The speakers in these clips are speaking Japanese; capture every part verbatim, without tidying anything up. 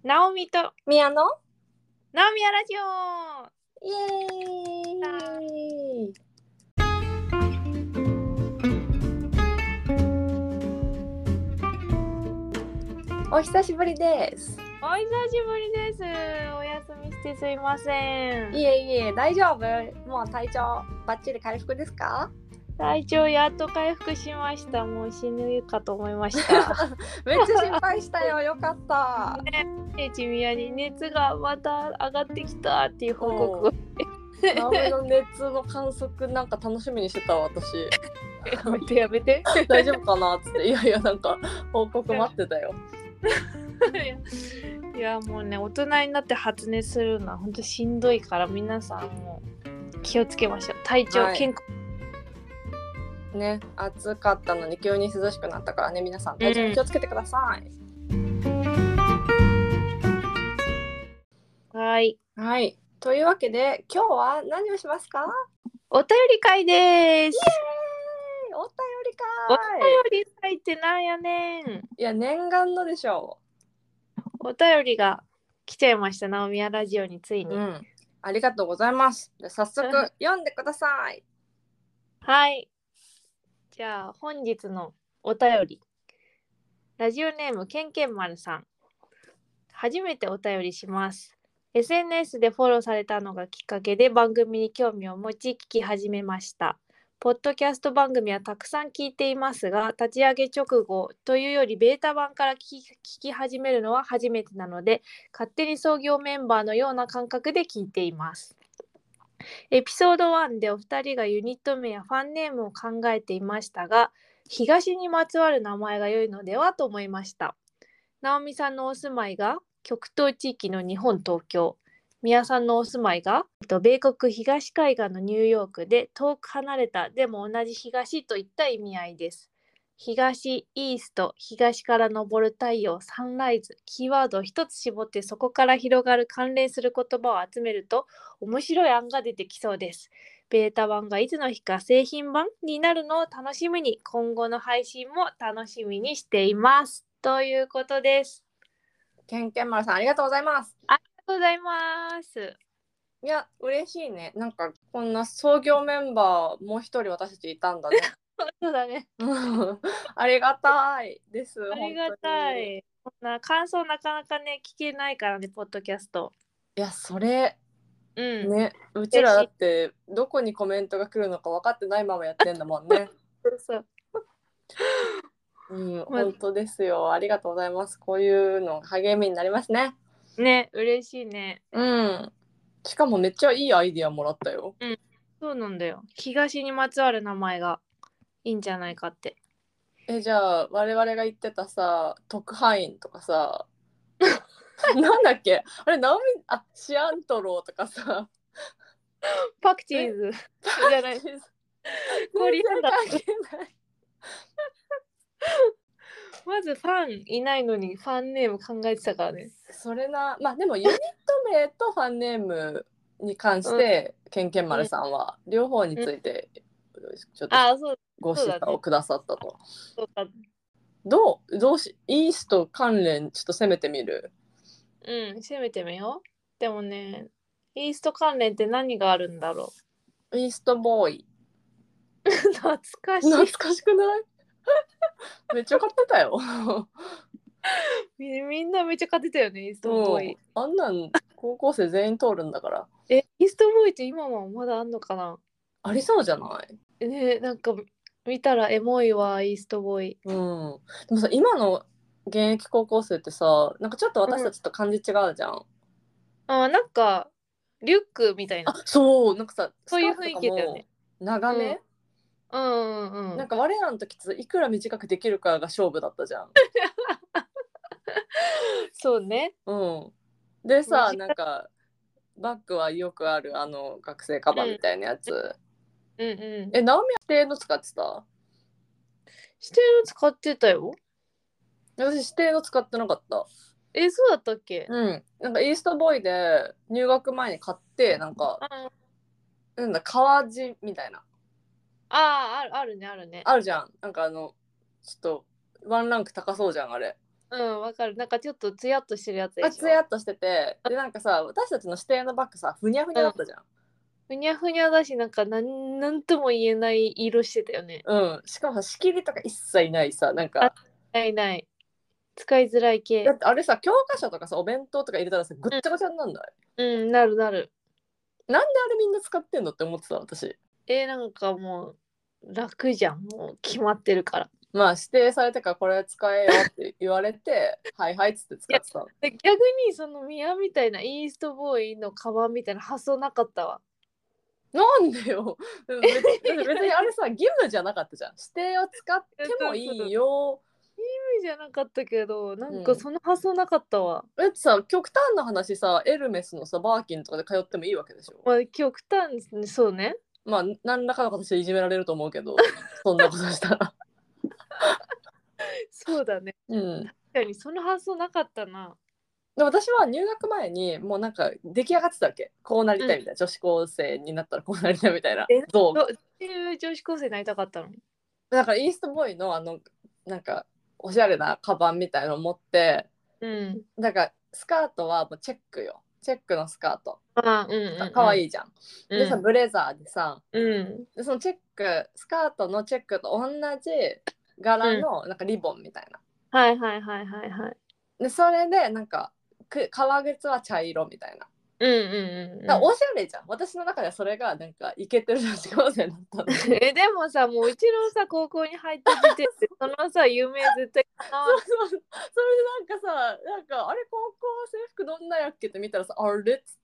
ナオミと宮野ナオミヤラジオ。 イエーイ。お久しぶりです。 お久しぶりです。お休みしてすいません。 いえいえ、大丈夫？もう体調バッチリ回復ですか？ 体調やっと回復しました。もう死ぬかと思いましためっちゃ心配したよ。よかったね。ちみやに熱がまた上がってきたっていう報告をナオミの熱の観測なんか楽しみにしてた私やめてやめて大丈夫かなっつって、いやいやなんか報告待ってたよいやもうね、大人になって発熱するのは本当しんどいから、皆さんも気をつけましょう。体調、はい、健康ね、暑かったのに急に涼しくなったからね、皆さん体調に気をつけてください、うん、 はいはい、というわけで今日は何をしますか？ お便り会です。 イエーイ、お便り会。 お便り会ってなんやねん。 いや念願のでしょう。お便りが来ちゃいました、ナオミヤラジオについに、 うん、ありがとうございます。で早速読んでくださいはい、じゃあ本日のお便り、ラジオネームけんけんまるさん。初めてお便りします。 エスエヌエス でフォローされたのがきっかけで番組に興味を持ち聞き始めました。ポッドキャスト番組はたくさん聞いていますが、立ち上げ直後というよりベータ版から聞き、聞き始めるのは初めてなので、勝手に創業メンバーのような感覚で聞いています。エピソードワンでお二人がユニット名やファンネームを考えていましたが、東にまつわる名前が良いのではと思いました。ナオミさんのお住まいが極東地域の日本東京、宮さんのお住まいが米国東海岸のニューヨークで、遠く離れたでも同じ東といった意味合いです。東、イースト、東から昇る太陽、サンライズ、キーワードを一つ絞ってそこから広がる関連する言葉を集めると面白い案が出てきそうです。ベータ版がいつの日か製品版になるのを楽しみに、今後の配信も楽しみにしていますということです。 けんけんまるさん、ありがとうございます。 ありがとうございます。 いや嬉しいね。なんかこんな創業メンバーもう一人私たちいたんだねそうだねありがたいです。 ありがたい。こんな感想なかなかね聞けないからね、ポッドキャスト。 いやそれ、 うん、 ね、うちらだってどこにコメントが来るのか分かってないままやってんだもんねそうそううん、本当ですよ。ありがとうございます。こういうの励みになりますね。 ね、嬉しいね。 うん。しかもめっちゃいいアイディアもらったよ。 うん、そうなんだよ。東にまつわる名前がいいんじゃないかって。 え、じゃあ我々が言ってたさ、特派員とかさなんだっけあれ、ナオミ、あ、シアントローとかさパクチーズじゃない。コリアンダー全然関係ないまずファンいないのにファンネーム考えてたからね。 それな、まあでもユニット名とファンネームに関して、うん、けんけんまるさんは両方についてちょっとご示唆をくださったと。 そうだね。 どうどうしイースト関連ちょっと攻めてみる？ うん、攻めてみよう。でもね、イースト関連って何があるんだろう。イーストボーイ懐かしい。 懐かしくないめっちゃ買ってたよみ, みんなめっちゃ買ってたよね、イーストボーイ。 あんなん高校生全員通るんだから。 え、イーストボーイって今もまだあんのかな？ ありそうじゃない？ ね、なんか見たらエモいわ、イーストボーイ。 うん。でもさ、今の現役高校生ってさ、なんかちょっと私たちと感じ違うじゃん。うん、 あ、なんかリュックみたいな。 あ、そう、なんかさ、 そういう雰囲気だよね。 長め、 うん、うんうんうん。 なんか我らの時っていくら短くできるかが勝負だったじゃんそうね。 うん。でさ、なんかバッグはよくあるあの学生カバンみたいなやつ。 うん、うんうん。 え、ナオミは指定の使ってた？ 指定の使ってたよ。 私指定の使ってなかった。 え、そうだったっけ？ うん。なんかイーストボーイで入学前に買って、なんか、うん、なんだ、革地みたいな。 ああ、ある、あるね、あるね。 あるじゃん。なんかあの、ちょっとワンランク高そうじゃん、あれ。 うん、わかる。なんかちょっとツヤっとしてるやつでしょ。 あ、ツヤっとしてて、でなんかさ、私たちの指定のバッグさ、ふにゃふにゃだったじゃん。 ふにゃふにゃだし、なんかなん、なんとも言えない色してたよね。 うん、しかもさ、仕切りとか一切ないさ、なんあ、 か、 ないない。使いづらい系。 だってあれさ、教科書とかさ、お弁当とか入れたらさ、ぐっちゃぐちゃになんない？ うん、うん、なるなる。 なんであれみんな使ってんのって思ってた、私。 えー、なんかもう、楽じゃん。もう決まってるから。 まあ、指定されてからこれ使えよって言われて、はいはいっつっていや、 使ってたの。 で逆にその宮みたいなイーストボーイのカバンみたいな発想なかったわ。 なんでよ。別別にあれさ、義務じゃなかったじゃん。指定を使ってもいいよ。 意味じゃなかったけど、なんかうん。 その発想なかったわ。 だってさ、極端な話さ、エルメスのさ、バーキンとかで通ってもいいわけでしょ。 まあ、極端ですね、そうね。 まあ、何らかの形でいじめられると思うけど、そんなことしたら。 そうだね。 うん。 確かにその発想なかったな。 で私は入学前にもうなんか出来上がってたわけ。こうなりたいみたいな、女子高生になったらこうなりたいみたいなえ、 像が。 どどういう女子高生になりたかったの？ だからイーストボーイのあのなんかおしゃれなカバンみたいのを持って、 うん。 だからスカートはもうチェックよ。チェックのスカート。 あ、うんうんかわうん。 いいじゃん。でさ、 うん。 ブレザーでさ、 うん。 でそのチェック、スカートのチェックと同じ柄うん。 のなんかリボンみたいな。 はいはいはいはいはい。 で、それでなんかく革靴は茶色みたいな。 うんうんうんうだからおしゃれじゃん。私の中ではそれがなんかイケてる女子高生だったの。 ん。え、でもさ、もううちのさ、高校に入った時点で、そのさ、夢絶対叶わない。 そうそう。それでなんかさ、なんかあれ高校制服どんなやっけって見たらさ、あれっつって。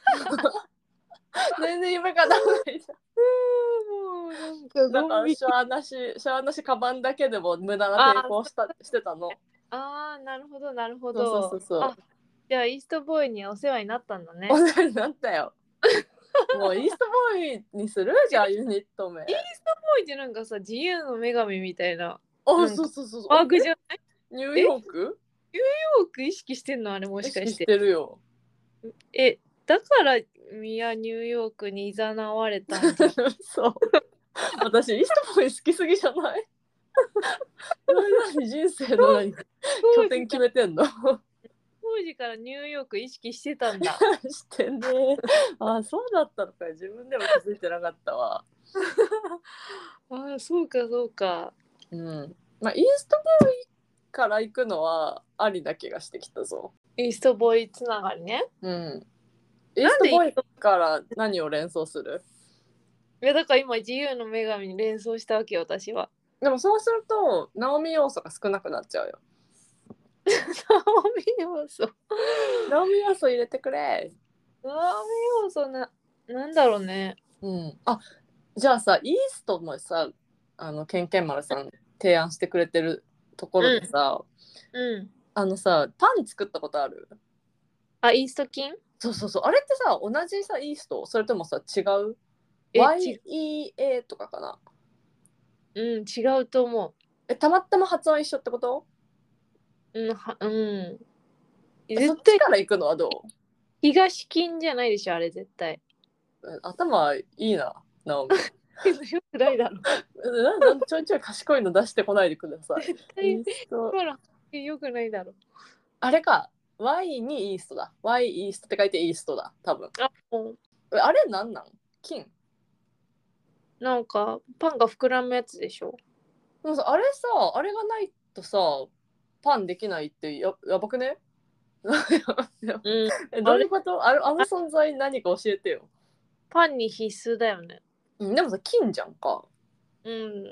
全然夢叶わないじゃん。 もうなんかだからゴン引き。 しゃあなし、しゃあなしカバンだけでも無駄なあ抵抗したしてたの。 あー、なるほどなるほそうそうそど。あ、 うそう。 じゃあイーストボーイにお世話になったんだおね。 世話になったよ。もうイーストボーイにするじゃん、ユニット名。 イーストボーイってなんかさ、自由の女神みたいな、 あ、 なんかそうそうそうそう。 ワークじえ、 ゃない？ ニューえ、 ヨークニューヨーク意識してんのあれも意識ししかして。 てるよ。 え、だからミアニューヨークに誘われたんじゃん。 そう。私、イーストボーイ好きすぎじゃない？何人生の何拠点当時から決めてんの？ 当時からニューヨーク意識してたんだ。 してね。あ、そうだったのか。自分でも気づいてなかったわ。 ああ、そうかそうか。 うん。まあ、イーストボーイから行くのはありな気がしてきたぞ。 イーストボーイつながりね。 うん。イーなんでいストボーイから何を連想する？ やだから今自由の女神に連想したわけよ、私は。 でもそうすると、ナオミ要素が少なくなっちゃうよ。 ナオミ要素。 ナオミ要素入れてくれ。 ナオミ要素な、なんだろうね。 うん。あ、じゃあさ、イーストもさ、あの、ケンケン丸さん提案してくれてるところでさ、 うん。 あのさ、パン作ったことある？ あ、イースト菌。 そうそうそう。あれってさ、同じさ、イーストそれともさ、違う？ え、ち、 ワイイーエー とかかな？ うん、違うと思え、たまたま発音一緒ってこと？ う。うん、は、うん。 え、そっ絶対ちから行くのはどう？ 東菌じゃないでしょ、あれ絶対。 え頭いいな、ナオミ。 よくないだろ。 ななんちょいちょい賢いの出してこないでください。 絶対、 イースト。 ほら、よくないだろ。 あれか。Y にイーストだ。Y イーストって書いてイーストだ。多分。 あ、もうえあれなんなん？金？ なんか、パンが膨らむやつでしょ。 でもさ、あれさ、あれがないとさ、パンできないってや、やばくね？ うん。 え、どあれ、 ういうこと？あれ、あのあ、 存在何か教えてよ。 パンに必須だよね。 うん、でもさ、金じゃんか。 うん。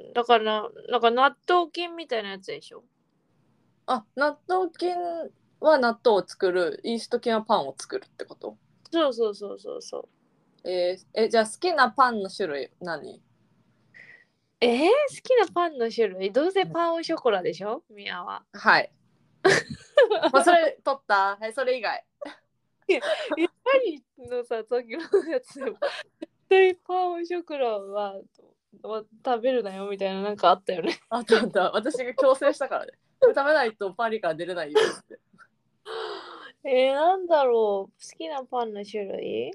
だから、なんか納豆菌みたいなやつでしょ。 あ、納豆菌は納豆を作る、イースト菌はパンを作るってこと？ そうそうそうそうそう。 えーえ、じゃあ好きなパンの種類何？ えー、好きなパンの種類どうせパンオショコラでしょミヤは。 はい。まあ、それ取った。はい、それ以外。 え、パリのさ、さっきのやつでも、絶対パンオショコラはは食べるなよみたいななんかあったよね。 あったあった。私が強制したからね。これ食べないとパリから出れないよって。 えー、なんだろう。好きなパンの種類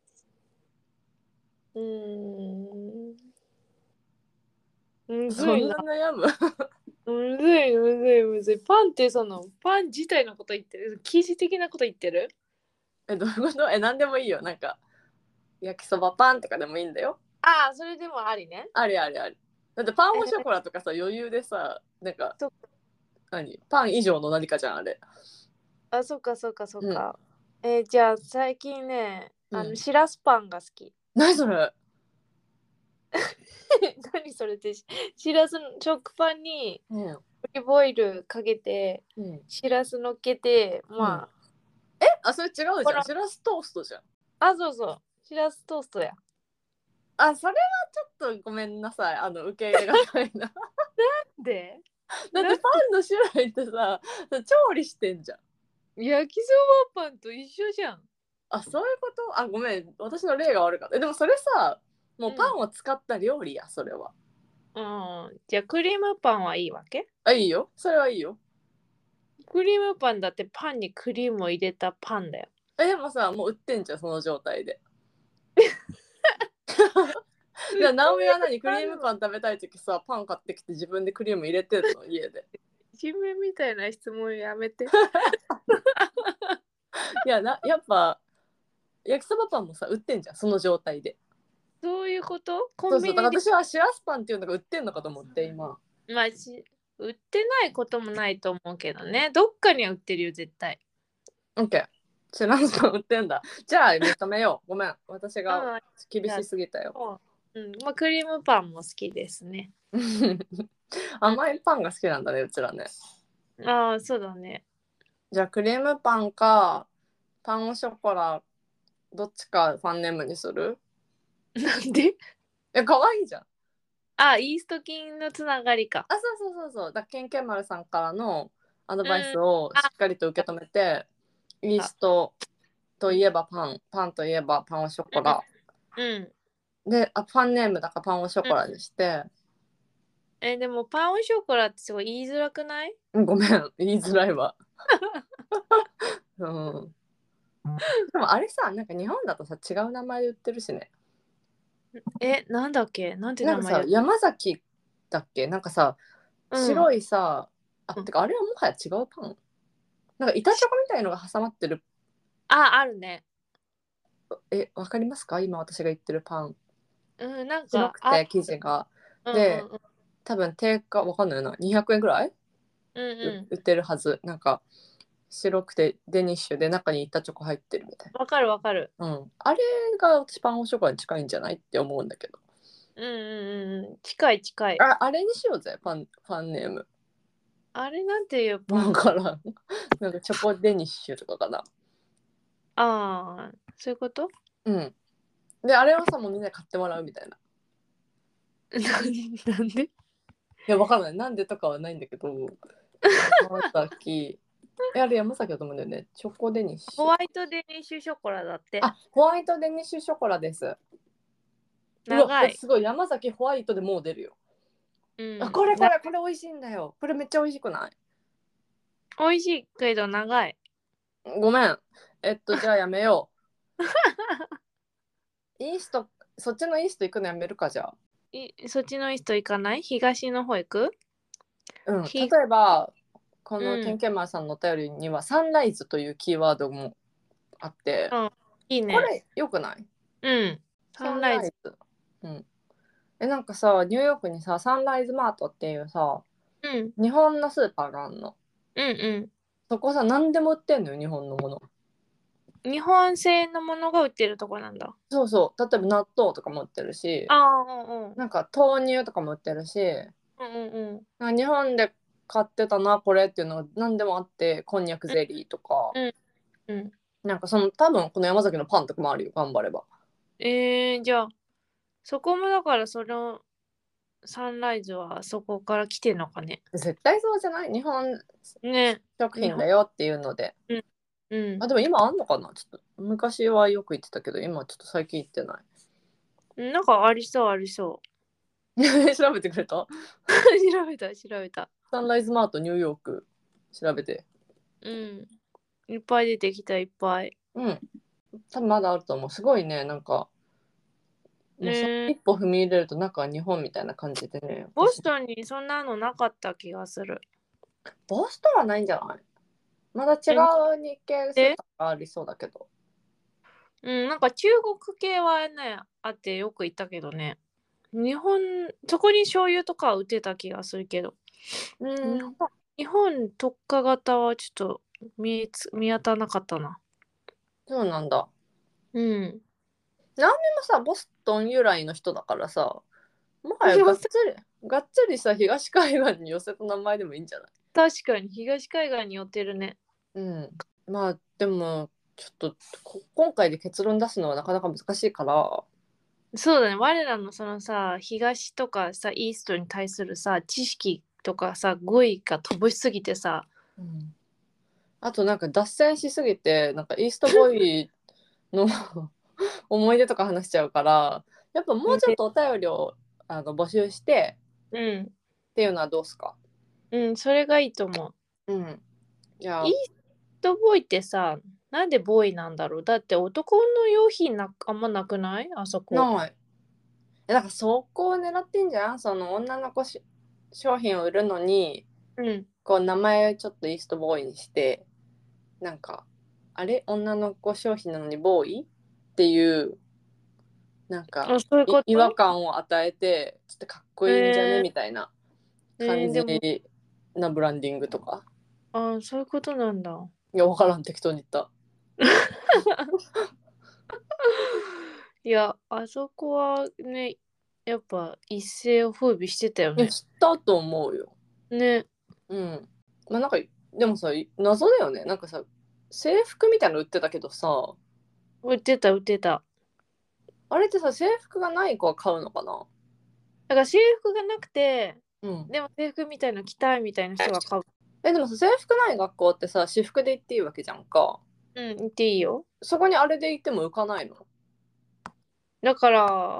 うーん。むずそんないな。 悩む？ むずいむずいむずい。パンってそのパン自体のこと言ってる？生地的なこと言ってる？ え、どういうこと？え、なんでもいいよ。なんか、焼きそばパンとかでもいいんだよ。 ああ、それでもありね。 ありありあり。だってパンえオショコラとかさ、余裕でさ、なんか、 そ何パン以上の何かじゃん、あれ。 あ、そっかそっかそっうん。 か。えーじゃあ最近ね、あの、 うん。 しらすパンが好き。 何それ？ 何それって、ししらすの食パンにうん。 オリーブオイルかけて、 うん。 しらす乗っけて、 うん。 まあ、 え、あ、それ違うじゃん。 この、 しらすトーストじゃん。 あ、そうそう、しらすトーストや。 あ、それはちょっとごめんなさい。あの、受け入れがたいな。 で、 だってな、 パンの種類ってさ、調理してんじゃん。 焼きそばパンと一緒じゃん。 あ、そういうこと？あ、ごめん。私の例が悪かった。え、でもそれさ、もうパうん。 ンを使った料理や、それは。 うん。じゃあクリームパンはいいわけ？ あ、いいよ。それはいいよ。 クリームパンだってパンにクリームを入れたパンだよ。 え、でもさ、もう売ってんじゃん、その状態で。じゃあ、ナオミは何？クリームパン食べたいときさ、パン買ってきて自分でクリーム入れてんの？家で。 いじめみたいな質問やめて。 いやな、やっぱ、焼きそばパンもさ、売ってんじゃん、その状態で。 そういうこと？コそうそう、だンビニで。 から私はシラスパンっていうのが売ってんのかと思って、今。 まあし、売ってないこともないと思うけどね。どっかには売ってるよ、絶対。 オッケー。シラスパン売ってんだ。じゃあ、認めよう。ごめん。私がうん。 厳しじゃあ、 すぎたよ。 そう。うん。まあ、クリームパンも好きですね。 甘いパンが好きなんだね、うちらね。 ああ、そうだね。 じゃあ、クリームパンか、パンオショコラ、どっちかファンネームにする？ なんで？ え、かわいいじゃん。 あ、イースト菌のつながりか。 あ、そうそうそうそう。だけんけんまるさんからのアドバイうん。 スをしあ、 っかりと受け止めて、イーストといえばパン、パンといえばパンオショコラ。 うん。うん。 で、あ、ファンネームだからパンオショうん。 コラにして、 え、でもパンオショコラってすごい言いづらくない？ うんごめん、言いづらいわ。うん。でもあれさ、なんか日本だとさ、違う名前で売ってるしね。 え、なんだっけ？なんてなんかさ、 名前だ？ 山崎だっけ？なんかさ、 うん。 白いさ、あ、 うん。 てかあれはもはや違うパン？なんか板チョコみたいのが挟まってる。 あ、あるね。 え、わかりますか？今私が言ってるパン。 うん、なんか、あ、 白くて生地が。 うんうんで、 うん。 多分定価わかんないな。にひゃくえんぐらいうんうん。 売ってるはず。なんか白くてデニッシュで中に板チョコ入ってるみたいわかるわかる。 な。うん。あれが私パンオショコラに近いんじゃないって思うんだけど。 うんうんうんうん。近い近い。 あ、あれにしようぜ、パン、ファンネーム。 あれなんていうパン？ わからん。なんかチョコデニッシュとかかな。 ああ、そういうこと？ うん。で、あれをさ、もうみんなで買ってもらうみたいな。 ななんで？ いや、わからない。なんでとかはないんだけど、山崎。え、あれ山崎だと思うんだよね。チョコデニッシュ。 ホワイトデニッシュショコラだって。 あ、ホワイトデニッシュショコラです。うわ、 長い。 すごい。山崎ホワイトでもう出るよ。あ、 うん。なこれこれ、これ美味しいんだよ。これめっちゃ美味しくない？ 美味しいけど長い。 ごめん。えっと、じゃあやめよう。イースト、そっちのイースト行くのやめるか、じゃあ。 いそっちのイースト行かない？東の方行く？ うん。例ひえば、このうん。 ケンケンマンさんのお便りには、サンライズというキーワードもあって、 うん。いいね。 これよくない？ うん。ササンライズ。 ンライズ。うん。え、なんかさ、ニューヨークにさ、サンライズマートっていうさ、 うん。 日本のスーパーがあるの。 うんうそこさ、何でも売ってんのよ、日本のもの。 ん。日本製のものが売ってるとこなんだ。 そうそう。例えば納豆とかも売ってるし、 ああ、うんうん。 なんか豆乳とかも売ってるし、 うんうんうん。 なんか日本で買ってたな、これっていうのが何でもあって、こんにゃくゼリーとか、 うんうん。 なんかその多分この山崎のパンとかもあるよ、頑張れば。 えー、じゃあ、そこもだからそのサンライズはそこから来てんのかね。 絶対そうじゃない？日本ね。 食品日本。 だよっていうので。 うんうあ、 ん。 でも今あんのかな？ちょっと昔はよく行ってたけど、今ちょっと最近行ってない。 なんかありそうありそ調べてくれた？ う。調べた調べた。 サンライズマートニューヨーク調べて。 うん。いっぱい出てきたいっぱい。 うん。多分まだあると思う。すごいね、なんかもうその一歩踏み入れると中は日本みたいな感じでね。 ボストンにそんなのなかった気がする。 ボストンはないんじゃない？まだ違う日系スーパーがありそうだけど。 うん、なんか中国系はね、あってよく行ったけどね。日本、そこに醤油とか売ってた気がするけど。 うん、 日本特化型はちょっと見つ見当たらなかったな。 そうなんだ。 うん。 ナオミもさ、ボストン由来の人だからさ、もはやがっつり、がっつりさ、東海岸に寄せた名前でもいいんじゃない？ 確かに東海岸に寄ってるね。 うん。まあ、でも、ちょっとこ今回で結論出すのはなかなか難しいから。 そうだね。我らのそのさ、東とかさ、イーストに対するさ、知識とかさ、語彙が乏しすぎてさ。 うん、あとなんか脱線しすぎて、なんかイーストボーイの思い出とか話しちゃうから、やっぱもうちょっとお便りをあの募集してうん。 っていうのはどうすか？ うん、それがいいと思うん。じゃう。イあ、 ーストボーイってさ、なんでボーイなんだろう？だって男の用品なあんまなくない？あそこ。 ない。え、なんかそこを狙ってんじゃん、その女の子し商品を売るのに、 うん。 こう名前をちょっとイーストボーイにして、なんか、あれ女の子商品なのにボーイっていう、なんかあ、そういうい違和こと？ 感を与えて、ちょっとかっこいいんじゃねえみたいなー、え感じーでも、 なブランディングとか。 あ、そういうことなんだ。 いや、わからん、適当に言った。 いや、あそこはね、やっぱ一世を風靡してたよえ、 ね。 知ったと思うよ。 ね。 うん。まあなんか、でもさ、謎だよね。なんかさ、制服みたいなの売ってたけどさ、 売ってた、売ってた。 あれってさ、制服がない子は買うのかな？ だから制服がなくて、 うん。 でも制服みたいの着たいみたいな人が買う。 え、でもさ、制服ない学校ってさ、私服で行っていいわけじゃんか。 うん、言っていいよ。 そこにあれで行っても浮かないの？ だから、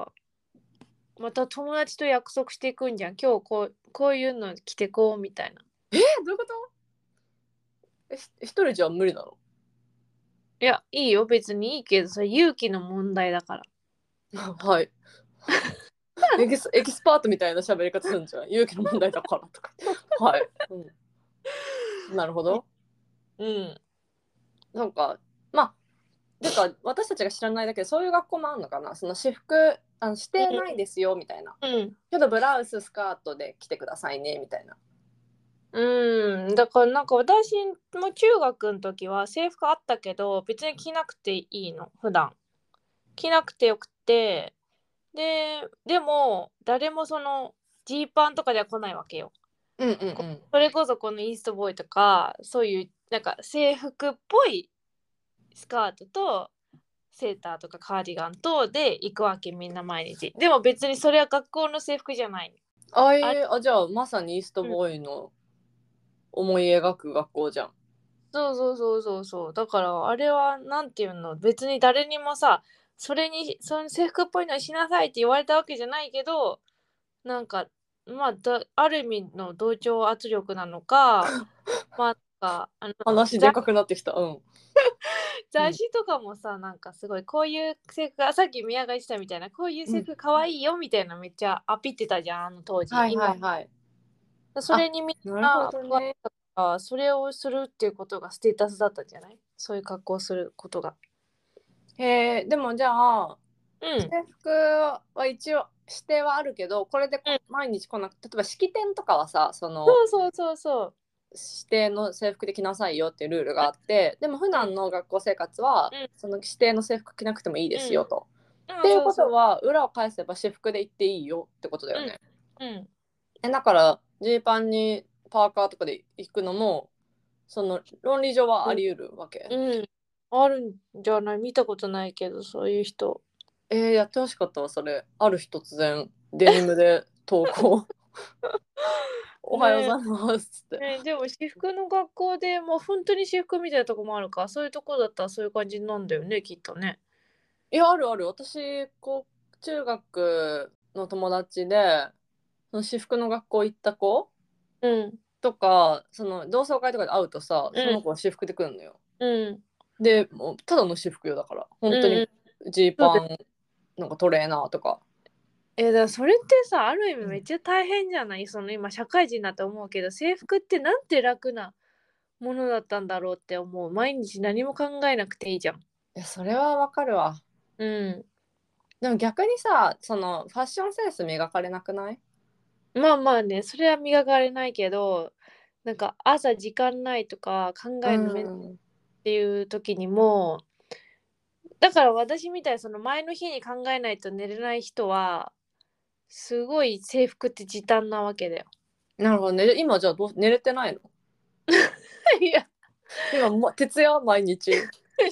また友達と約束していくんじゃん。今日こう、こういうの着てこうみたいな。 え、どういうこと？え、ひ一人じゃ無理なの？ いや、いいよ。別にいいけど、それ勇気の問題だから。 はい。エキス、エキスパートみたいな喋り方するんじゃん。勇気の問題だからとか。はい。うん、なるほど。 うん。 なんか、まあ、てか私たちが知らないだけでそういう学校もあるのかな。その私服あの指定ないですよみたいな。 うん。 けどブラウススカートで来てくださいねみたいな。 うん。だからなんか私も中学の時は制服あったけど、別に着なくていいの、普段。着なくてよくて、で、でも、誰もその、ジーパンとかでは来ないわけよ。 うんうんうん。 それこそこのイーストボーイとか、そういう、なんか制服っぽいスカートと、セーターとかカーディガンとで行くわけ、みんな毎日。でも別にそれは学校の制服じゃない。 あ、 あれ、 えー、あ、じゃあまさにイーストうん、 ボーイの思い描く学校じゃん。 そうそうそうそうそう。だからあれはなんていうの、別に誰にもさ、それに、その制服っぽいのにしなさいって言われたわけじゃないけど、なんか、まあ、だある意味の同調圧力なのか、まあ、なんかあの雑話でかくなってきた。うん。うん。 雑誌とかもさ、なんかすごい、こういう制服が、さっき宮が言ってたみたいな、こういううん。 制服かわいいよみたいなめっちゃアピってたじゃん、あの当時。 はいは今、 いはい。 そあ、 れにみんなるほな憧れどね。 たから、それをするっていうことがステータスだったんじゃない？そういう格好をすることが。 へえ、でもじゃあ、 うん。 制服は一応指定はあるけど、これでうん。 こ毎日来なくて、例えば式典とかはさ、そのそうそうそうそう。 指定の制服で着なさいよっていうルールがあって、でも普うん。 段の学校生活は、 うん。 その指定の制服着なくてもいいですうん。 よと。っうん。 ていうそうそう。 ことは、裏を返せば私服で行っていいよってことだうん。 よね。 うん。 え、だから、ジーパンにパーカーとかで行くのも、その論理上はあり得るわけ？ うん。あるんじゃない？見たことないけど、そういう人。 えー、やってほしかったわ、それ。ある日突然、デニムで投稿。おはようごねざいますっつって。 ね、でも私服の学校でもう本当に私服みたいなとこもあるから、そういうとこだったらそういう感じなんだよね、きっとね。 いや、あるある。私、こう、中学の友達で、その私服の学校行った子うん、 とか、その同窓会とかで会うとさ、 うん、 その子は私服で来るのよ。 うん、 で、もうただの私服よだから、本当にうん、うん。 ジーそうだ、 パン、なんかトレーナーとか。 えだそれってさ、ある意味めっちゃ大変じゃない、うん、その今社会人だと思うけど、制服ってなんて楽なものだったんだろうって思う。毎日何も考えなくていいじゃん。 いやそれはわかるわ。 うん。 でも逆にさ、そのファッションセンス磨かれなくない？ まあまあね、それは磨かれないけど、なんか朝時間ないとか考うえるのめんっん。 ていう時にも、だから私みたいにその前の日に考えないと寝れない人は、すごい制服って時短なわけだよ。 なるほどね。今じゃあどう寝れてないの？ いや、 今も徹夜毎日。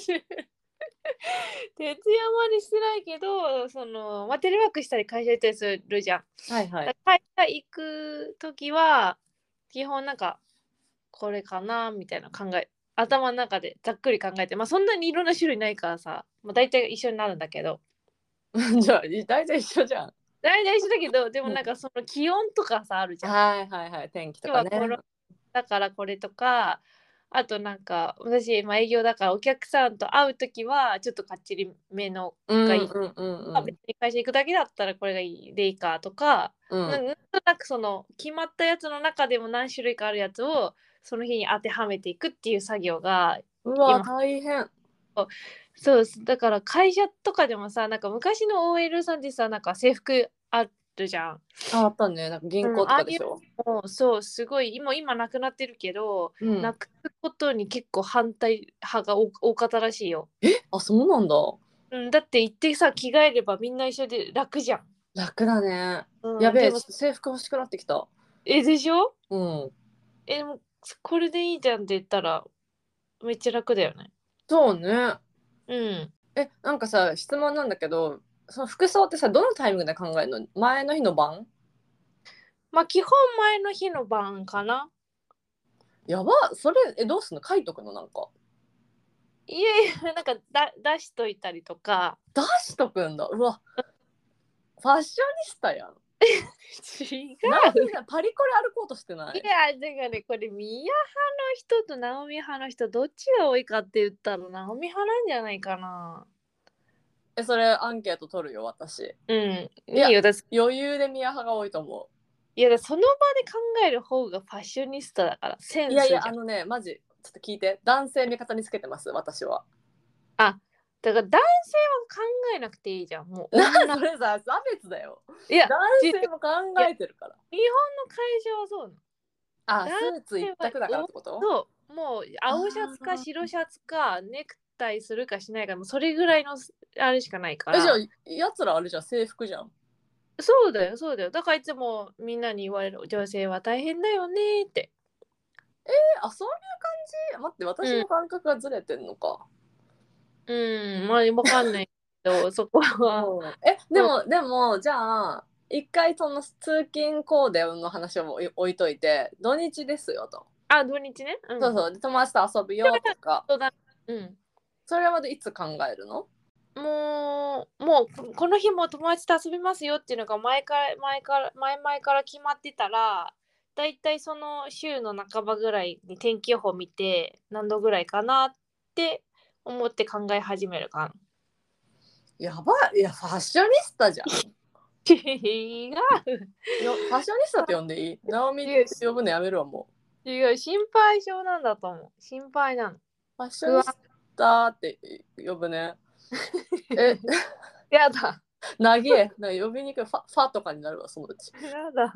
徹夜までしてないけど、その、まあ、テレワークしたり会社行ったりするじゃん。 はいはい。 会社行く時は、基本なんか、これかなみたいな考え、頭の中でざっくり考えて、まあそんなにいろんな種類ないからさ、まあ、大体一緒になるんだけど、 じゃあ大体一緒じゃん。 大体一緒だけど、でもなんかその気温とかさ、あるじゃん。 はいはいはい。天気とかね。 今日はこれだからこれとか、あとなんか私今営業だからお客さんと会う時はちょっとかっちりめのうんうがいい、 んうんうん。 別に会社行くだけだったらこれがいいでいいかとか、 うん。 なんとなくその決まったやつの中でも何種類かあるやつをその日に当てはめていくっていう作業がうわ今、 大変。 そうです。だから会社とかでもさ、なんか昔の オーエル さんってさ、なんか制服あるじゃん。 ああったね。なんか銀行うん、ああいうとかでしょ。 のもそうすごい今今なくなってるけど、 うん。 なくすことに結構反対派が多多かったらしいよ。 え、あ、そうなんだ。 うん、だって行ってさ着替えればみんな一緒で楽じゃん。 楽だね。やうん、 べえ、 でも制服欲しくなってきた。 えでしょ？ うん。 えでもこれでいいじゃんって言ったらめっちゃ楽だよね。 そうね。 うん。 え、なんかさ、質問なんだけど、その服装ってさ、どのタイミングで考えるの？前の日の晩？ まあ基本前の日の晩かな。 やば、それ、え、どうすんの？書いとくの？なんか。 いえいえ、なんかだ出しといたりとか。 出しとくんだ。うわ、ファッショニスタやん。 違ナオミう。 さん、パリコレ歩こうとしてない？ いや、だからね、これ、ミヤ派の人とナオミ派の人、どっちが多いかって言ったら、ナオミ派なんじゃないかな。 え、それアンケート取るよ、私。 うん。 いや、 いいよ、だ余裕でミヤ派が多いと思いや、だその場で考える方がファッショニスタだから、セう。いやいや、 ンスじゃん。 あのね、マジ、ちょっと聞いて。男性味方につけてます、私は。 あ、だから男性は考えなくていいじゃん。もうな、 女。 それさ、差別だよ。 いや、 男ち性も考いや、 えてるから。 日本の会社はそうなの。 あ、 男スーツ一性は択だからっおてこと？ そう、もうあ青シャツかー。 白シャツか、ネクタイするかしないか、もうそれぐらいのあれしかないかえ、じゃあ、 ら。 やつらあれじゃん、制服じゃん。 そうだよ、そうだよ。だからいつもみんなに言われる、女性は大変だよねって。 え、あ、そういう感じ？待って、私うん、 の感覚がずれてんのか。 うん、まあわかんないけど、そこは。 うん。え、でうん、 も、でも、じゃあ、一回その通勤コーデの話を置い置いといて、土日ですよと。 あ、土日ね。うん。 そうそう、で友達と遊ぶよとか、 そうだ。うん。 それはまだいつ考えるの？ もう、もう、この日も友達と遊びますよっていうのが前から、前から、前々から決まってたら、だいたいその週の半ばぐらいに天気予報見て、何度ぐらいかなって思って考え始めるかな。 やばい、いや、ファッショニスタじゃん。 違う。 よ、ファッショニスタって呼んでいい？ナオミって呼ぶのやめるわ、もう。 違う、心配性なんだと思う。心配なの。 ファッショ不安。 ニスタって呼ぶね。え、 やだ。 長え。なんか呼びにくい。ファ、ファとかになるわ、そのうち。 やだ。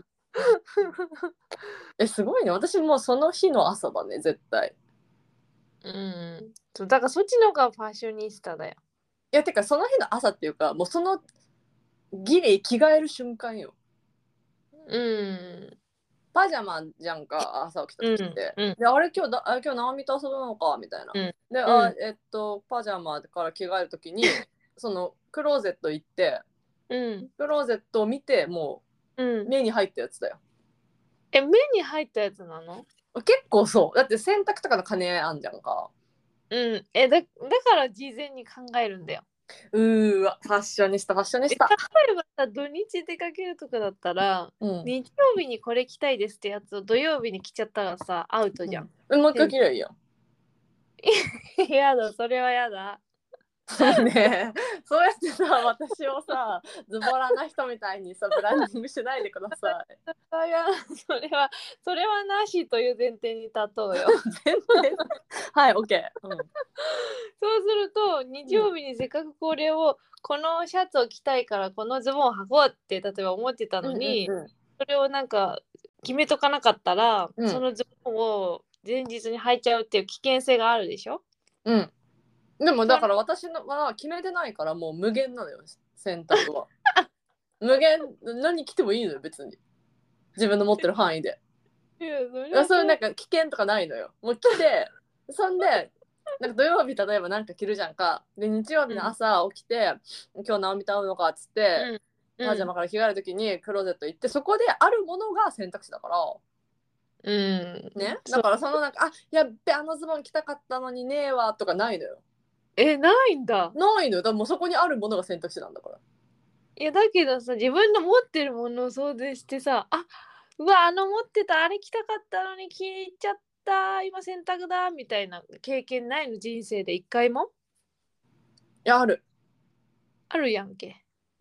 え、すごいね。私もうその日の朝だね、絶対。 うん。そう、だからそっちの方がファッショニスタだよ。 いや、てかその日の朝っていうか、もうそのギリ着替える瞬間よ。 うん。 パジャマじゃんか、朝起きたうん。 時って。 うん。 で、あれ今日だ、あ今日ナオミと遊ぶのかみたいな。 うん。 で、あ、 うん。 えっと、パジャマから着替える時に、そのクローゼット行って、 うん。 クローゼットを見て、もうん。 う目に入ったやつだよ。 え、目に入ったやつなの？ 結構そう。だって洗濯とかの兼ね合いあんじゃんか。 うん。え、だ、だから事前に考えるんだよ。 うーわ、ファッショニスタ、ファッショニえ、例スタ。 えばさ、土日出かけるとかだったら、 うん。 日曜日にこれ着たいですってやつを土曜日に着ちゃったらさ、アウトじゃん。 うん、もう一回全着りゃいいやん。 やだ、それはやだ。 ねえ、そうやってさ、私をさ、ズボラな人みたいにさ、ブランディングしないでください。 それは、それは、それはなしという前提に立とうよ。 全然。はい、オッケー。うん、 そうすると、日曜日にせっかくこれを、このシャツを着たいからこのズボンを履こうって例えば思ってたのに、 うんうんうん、 それをなんか決めとかなかったら、 うん、 そのズボンを前日に履いちゃうっていう危険性があるでしょ。 うん。でもだから私のは決めてないからもう無限なのよ、選択は。無限、何着てもいいのよ、別に。自分の持ってる範囲で。 いや、それはそういうなんか危険とかないのよ。もう来て、そんで、なんか土曜日例えばなんか着るじゃんか。で、日曜日の朝起きて、うん、今日直美と会うのかっつって、うん、パジャマから着替えるときにクローゼット行って、そこであるものが選択肢だから。 うん。 ね。だからそのなんか、あ、やっべ、あのズボン着たかったのにねえわとかないのよ。 え、ないんだ。 ないのよ。だからもうそこにあるものが選択肢なんだから。 いや、だけどさ、自分の持ってるものを想像してさ、あ、うわ、あの持ってたあれ着たかったのに着ちゃった、今洗濯だみたいな経験ないの、人生で一回も。 いや、ある。 あるやんけ。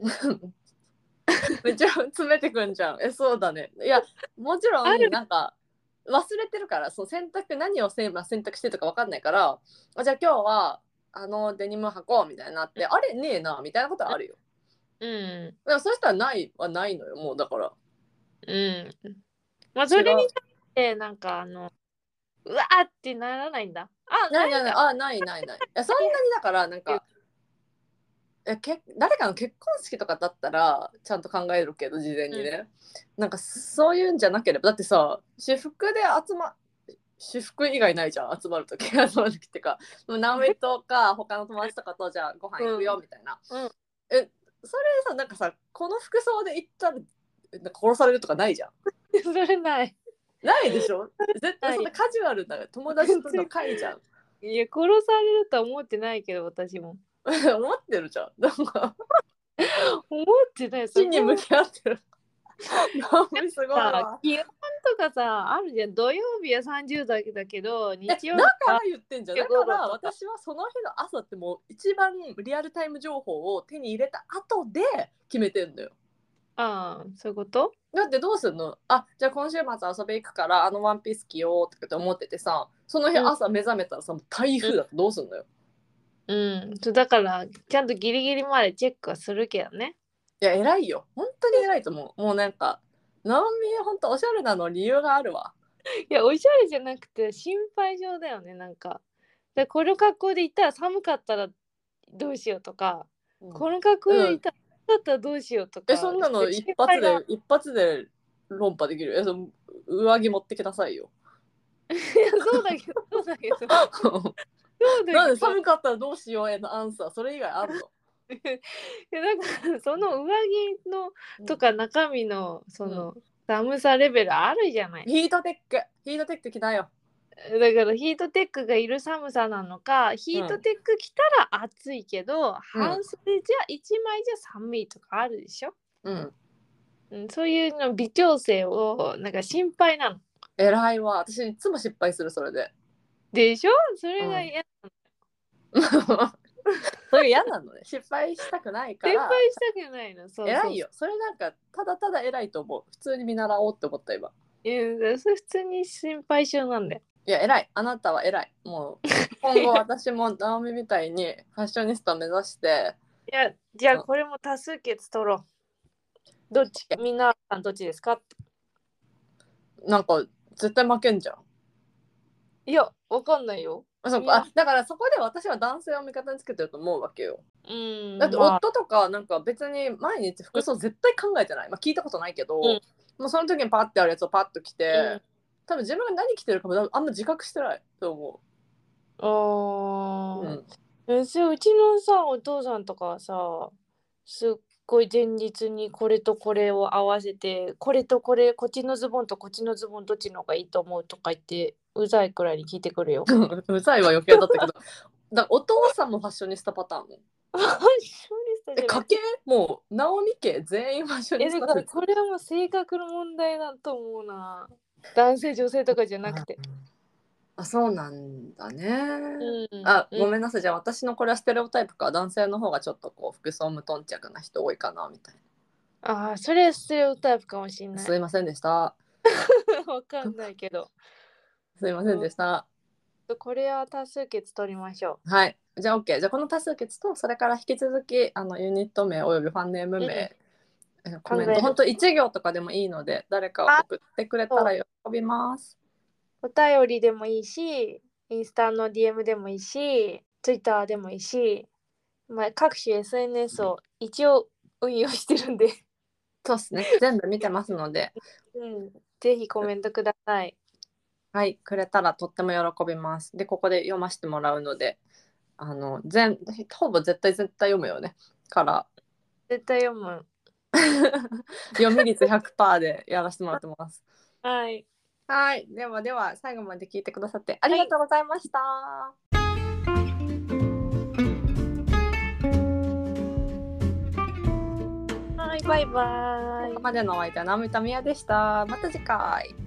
めっちゃ詰めてくんじゃん。え、そうだね。いや、もちろんなんか忘れてるから、そう選択何を選択してとか分かんないから、あ、じゃあ今日はあのデニム履こうみたいになって、あれねえなみたいなことはあるよ。 うん。 だからそしたらないはないのよ、もうだから。 うん。まあ、それに対してなんかあの、うわーってならないんだ。あ、 ないないない、あ、ないないない。いや、そんなにだからなんか、えけ誰かの結婚式とかだったらちゃんと考えるけど、事前にね、うん、なんかそういうんじゃなければ、だってさ、私服で集ま私服以外ないじゃん、集まるとき。集まるときってか、直美とか他の友達とかとじゃあご飯行くよみたいな、うんうん、え、それさ、なんかさ、この服装で行ったらなんか殺されるとかないじゃん。 それないないでしょ。絶対そんなカジュアルな友達との会じゃん。 いや、殺されるとは思ってないけど、私も思ってるじゃん。なんか思ってない。 死に向き合ってる。すごいわ。 気温とかさ、あるじゃん。土曜日はさんじゅうどだけど、日曜日だから言ってんじゃん。だから私はその日の朝ってもう一番リアルタイム情報を手に入れた後で決めてんだよ。 ああ、そういうこと？ だってどうすんの？あ、じゃあ今週末遊び行くからあのワンピース着ようって思っててさ、その日朝目覚めたらさ、うん、台風だってどうすんのよ。 うん、そうだからちゃんとギリギリまでチェックはするけどね。 いや、偉いよ。本当に偉いと思う。もうなんか、ナオミ本当おしゃれなの理由があるわ。 いや、おしゃれじゃなくて心配性だよね、なんか。で、この格好で行ったら寒かったらどうしようとか、うん、この格好で行ったら寒かったらどうしようとか。 え、そんなの一発で、一発で論破できる。え、その上着持ってきなさいよ。 いや、そうだけど、そうだけど。そうだけどなんで寒かったらどうしようへのアンサー、それ以外あるの？ いや、だからその上着のとか中身のその、うん、寒さレベルあるじゃない。 ヒートテック、ヒートテック着なよ。 だからヒートテックがいる寒さなのか、ヒートテック着たら暑いけど、うん、半袖じゃいちまいじゃ寒いとかあるでしょ。うん、うん、そういうの微調整をなんか心配なの。 偉いわ。私いつも失敗する、それで。 でしょ？それが嫌なの。それ嫌なのね。失敗したくないから。 失敗したくないの。そうそうそう、 偉いよ。それなんかただただ偉いと思う。普通に見習おうって思った今。 いや、それ普通に心配性なんだよ。 いや、偉い。あなたは偉い。もう今後私もナオミみたいにファッショニスタ目指して。 いや、じゃあこれも多数決取ろう。どっち？みんなどっちですか？ なんか絶対負けんじゃん。 いや、わかんないよ。 あ、そあ、だからそこで私は男性を味方につけてると思うわけよ。うん、だって夫とかなんか別に毎日服装絶対考えてない、まあ、聞いたことないけど、うん、もうその時にパッてあるやつをパッと着て、うん、多分自分が何着てるかもあんま自覚してないと思う。ああ、うん、うちのさお父さんとかはさ、すっごい前日にこれとこれを合わせて、これとこれ、こっちのズボンとこっちのズボンどっちの方がいいと思うとか言ってうざいくらいに聞いてくるよ。 うざいは余計だったけどだお父さんもファッショニスタパターンもファッショニスタじゃない。 え、家系もうナオミ家全員ファッショニスタ。 え、だからこれはもう性格の問題だと思うな。男性女性とかじゃなくて。 あ、そうなんだね。 うん、 あ、 うん、 ごめんなさい。じゃあ私のこれはステレオタイプか。男性の方がちょっとこう服装無頓着な人多いかなみたいああ、それステレオタイプかもしれな。 ない。 すいませんでした。 わかんないけど。 すいませんうん、 でした。 これは多数決取りましょはい。じゃあ OK。じゃあこの多数決とそれから引き続きあのユニット名およびファンネームう。うん、 名、えコメント、 考える。 本当いち行とかでもいいので誰かあ送ってくれたと、 ら喜びます。 お便りでもいいし、インスタの ディーエム でもいいし、Twitter でもいいし、まあ、各種 エスエヌエス を一応運用してるんで、 そうですね。全部見てますので、 うん、ぜひコメントください。 はい、くれたらとっても喜びます。で、ここで読ませてもらうので、あの全ほぼ絶対絶対読むよね。から絶対読む。 読み率ひゃくパーセントでやらせてもらってます。 はい。 はい、ではでは最後まで聞いてくださってありはい。 がとうございました。 はい、バイバイ。 ここまでのお相手は直美とみやでした。また次回。